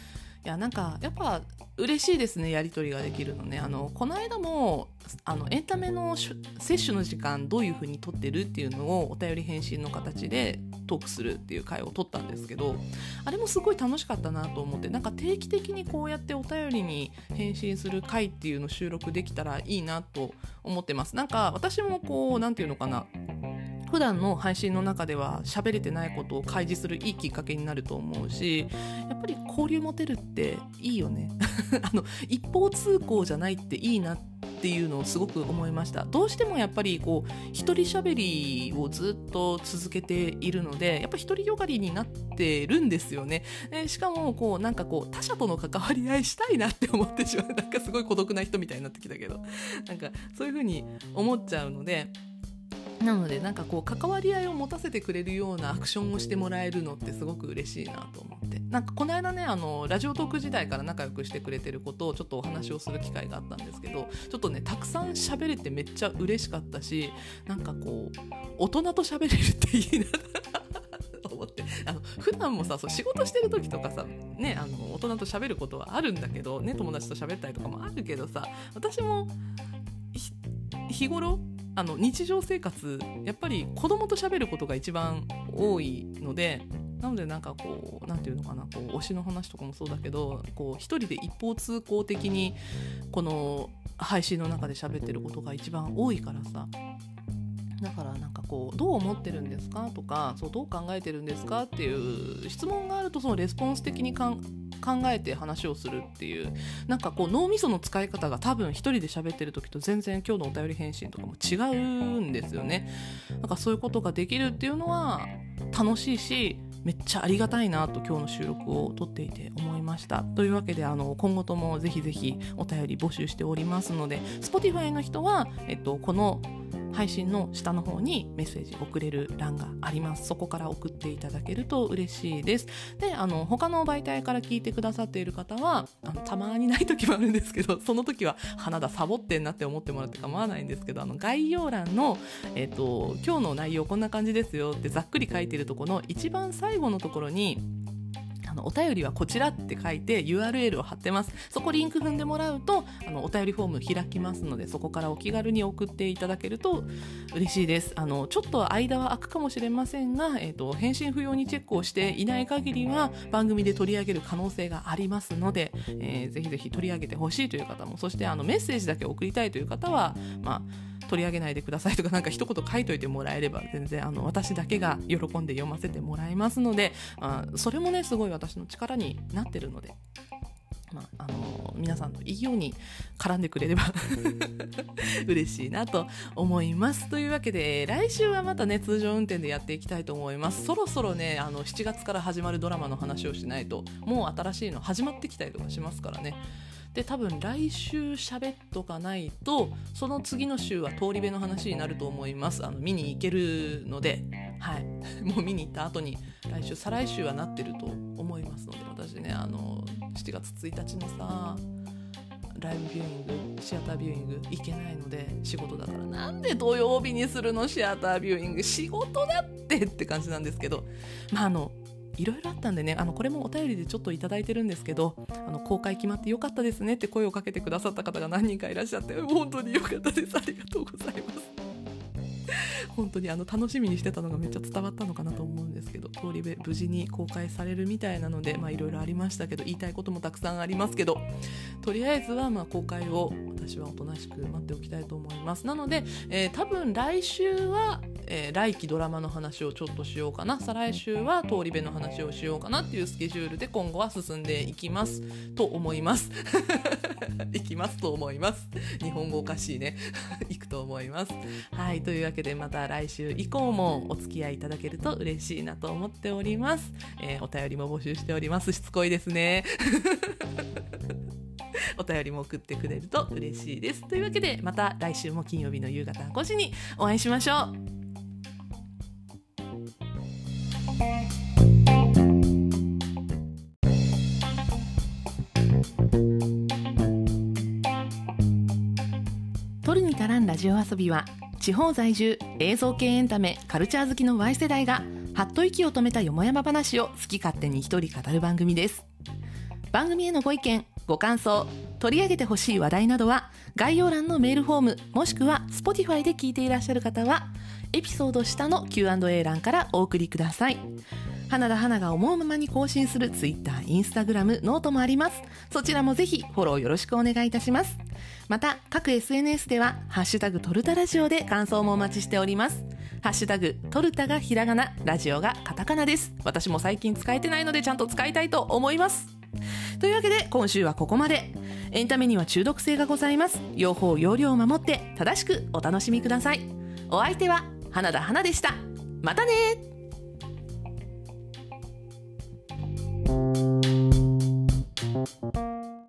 いやなんかやっぱ嬉しいですね、やり取りができるのね。あのこの間もあのエンタメの摂取の時間どういう風に取ってるっていうのをお便り返信の形でトークするっていう回を取ったんですけど、あれもすごい楽しかったなと思って、なんか定期的にこうやってお便りに返信する回っていうのを収録できたらいいなと思ってます。なんか私もこうなんていうのかな、普段の配信の中では喋れてないことを開示するいいきっかけになると思うし、やっぱり交流持てるっていいよねあの一方通行じゃないっていいなっていうのをすごく思いました。どうしてもやっぱりこう一人喋りをずっと続けているので、やっぱ一人よがりになってるんですよね。でしかもこうなんかこう他者との関わり合いしたいなって思ってしまう、なんかすごい孤独な人みたいになってきたけど、なんかそういう風に思っちゃうので、なのでなんかこう関わり合いを持たせてくれるようなアクションをしてもらえるのってすごく嬉しいなと思って、なんかこの間ね、あのラジオトーク時代から仲良くしてくれてることをちょっとお話をする機会があったんですけど、ちょっとねたくさん喋れてめっちゃ嬉しかったし、なんかこう大人と喋れるっていいなと思って、あの普段もさ、そう仕事してる時とかさね、あの大人と喋ることはあるんだけどね、友達と喋ったりとかもあるけどさ、私も日頃あの日常生活やっぱり子供と喋ることが一番多いので、なのでなんかこうなんていうのかな、こう推しの話とかもそうだけど、こう一人で一方通行的にこの配信の中で喋ってることが一番多いからさ、だからなんかこうどう思ってるんですかとか、そうどう考えてるんですかっていう質問があると、そのレスポンス的にかん考えて話をするっていう、なんかこう脳みその使い方が多分一人で喋ってる時と全然今日のお便り返信とかも違うんですよね。なんかそういうことができるっていうのは楽しいし、めっちゃありがたいなと今日の収録を撮っていて思いました。というわけであの今後ともぜひぜひお便り募集しておりますので、 Spotify の人は、えっと、この配信の下の方にメッセージ送れる欄があります。そこから送っていただけると嬉しいです。で、あの他の媒体から聞いてくださっている方はあのたまにない時もあるんですけど、その時は花田サボってんなって思ってもらって構わないんですけど、あの概要欄の、えっと、今日の内容こんな感じですよってざっくり書いているところの一番最後のところに、あのお便りはこちらって書いて ユーアールエル を貼ってます。そこリンク踏んでもらうとあのお便りフォーム開きますので、そこからお気軽に送っていただけると嬉しいです。あのちょっと間は空くかもしれませんが、えーと、返信不要にチェックをしていない限りは番組で取り上げる可能性がありますので、えー、ぜひぜひ取り上げてほしいという方も、そしてあのメッセージだけ送りたいという方は、まあ取り上げないでくださいとか、なんか一言書いといてもらえれば全然あの私だけが喜んで読ませてもらいますので、あそれもねすごい私の力になってるので、まああの皆さんといいように絡んでくれれば嬉しいなと思います。というわけで来週はまたね通常運転でやっていきたいと思います。そろそろねあのしちがつから始まるドラマの話をしないと、もう新しいの始まってきたりとかしますからね。で多分来週喋っとかないと、その次の週は通り部の話になると思います。あの見に行けるので、はい、もう見に行った後に来週再来週はなってると思いますので、私ねあのしちがつついたちのさライブビューイングシアタービューイング行けないので、仕事だから、なんで土曜日にするのシアタービューイング、仕事だってって感じなんですけど、まああのいろいろあったんでね、あのこれもお便りでちょっといただいてるんですけど、あの公開決まってよかったですねって声をかけてくださった方が何人かいらっしゃって、本当によかったです、ありがとうございます本当にあの楽しみにしてたのがめっちゃ伝わったのかなと思うんですけど、通り部無事に公開されるみたいなので、まあいろいろありましたけど、言いたいこともたくさんありますけど、とりあえずはまあ公開を私はおとなしく待っておきたいと思います。なので、えー、多分来週は、えー、来期ドラマの話をちょっとしようかな、再来週は通り部の話をしようかなっていうスケジュールで今後は進んでいきますと思いますいきますと思います。日本語おかしいねいくと思います。はい、というわけでまた来週以降もお付き合いいただけると嬉しいなと思っております。えー、お便りも募集しております。しつこいですねお便りも送ってくれると嬉しいです。というわけでまた来週も金曜日の夕方ごじにお会いしましょう。取るに足らんラジオ遊びは、地方在住映像系エンタメカルチャー好きの Y 世代がはっと息を止めたよもやま話を好き勝手に一人語る番組です。 番組へのご意見ご感想、取り上げてほしい話題などは概要欄のメールフォーム、もしくは Spotify で聞いていらっしゃる方はエピソード下の キューアンドエー 欄からお送りください。花田花が思うままに更新する Twitter、Instagram、ノートもあります。そちらもぜひフォローよろしくお願いいたします。また各 エスエヌエス ではハッシュタグトルタラジオで感想もお待ちしております。ハッシュタグトルタがひらがな、ラジオがカタカナです。私も最近使えてないのでちゃんと使いたいと思います。というわけで今週はここまで。エンタメには中毒性がございます。用法用量を守って正しくお楽しみください。お相手は花田花でした。またね。Thank you.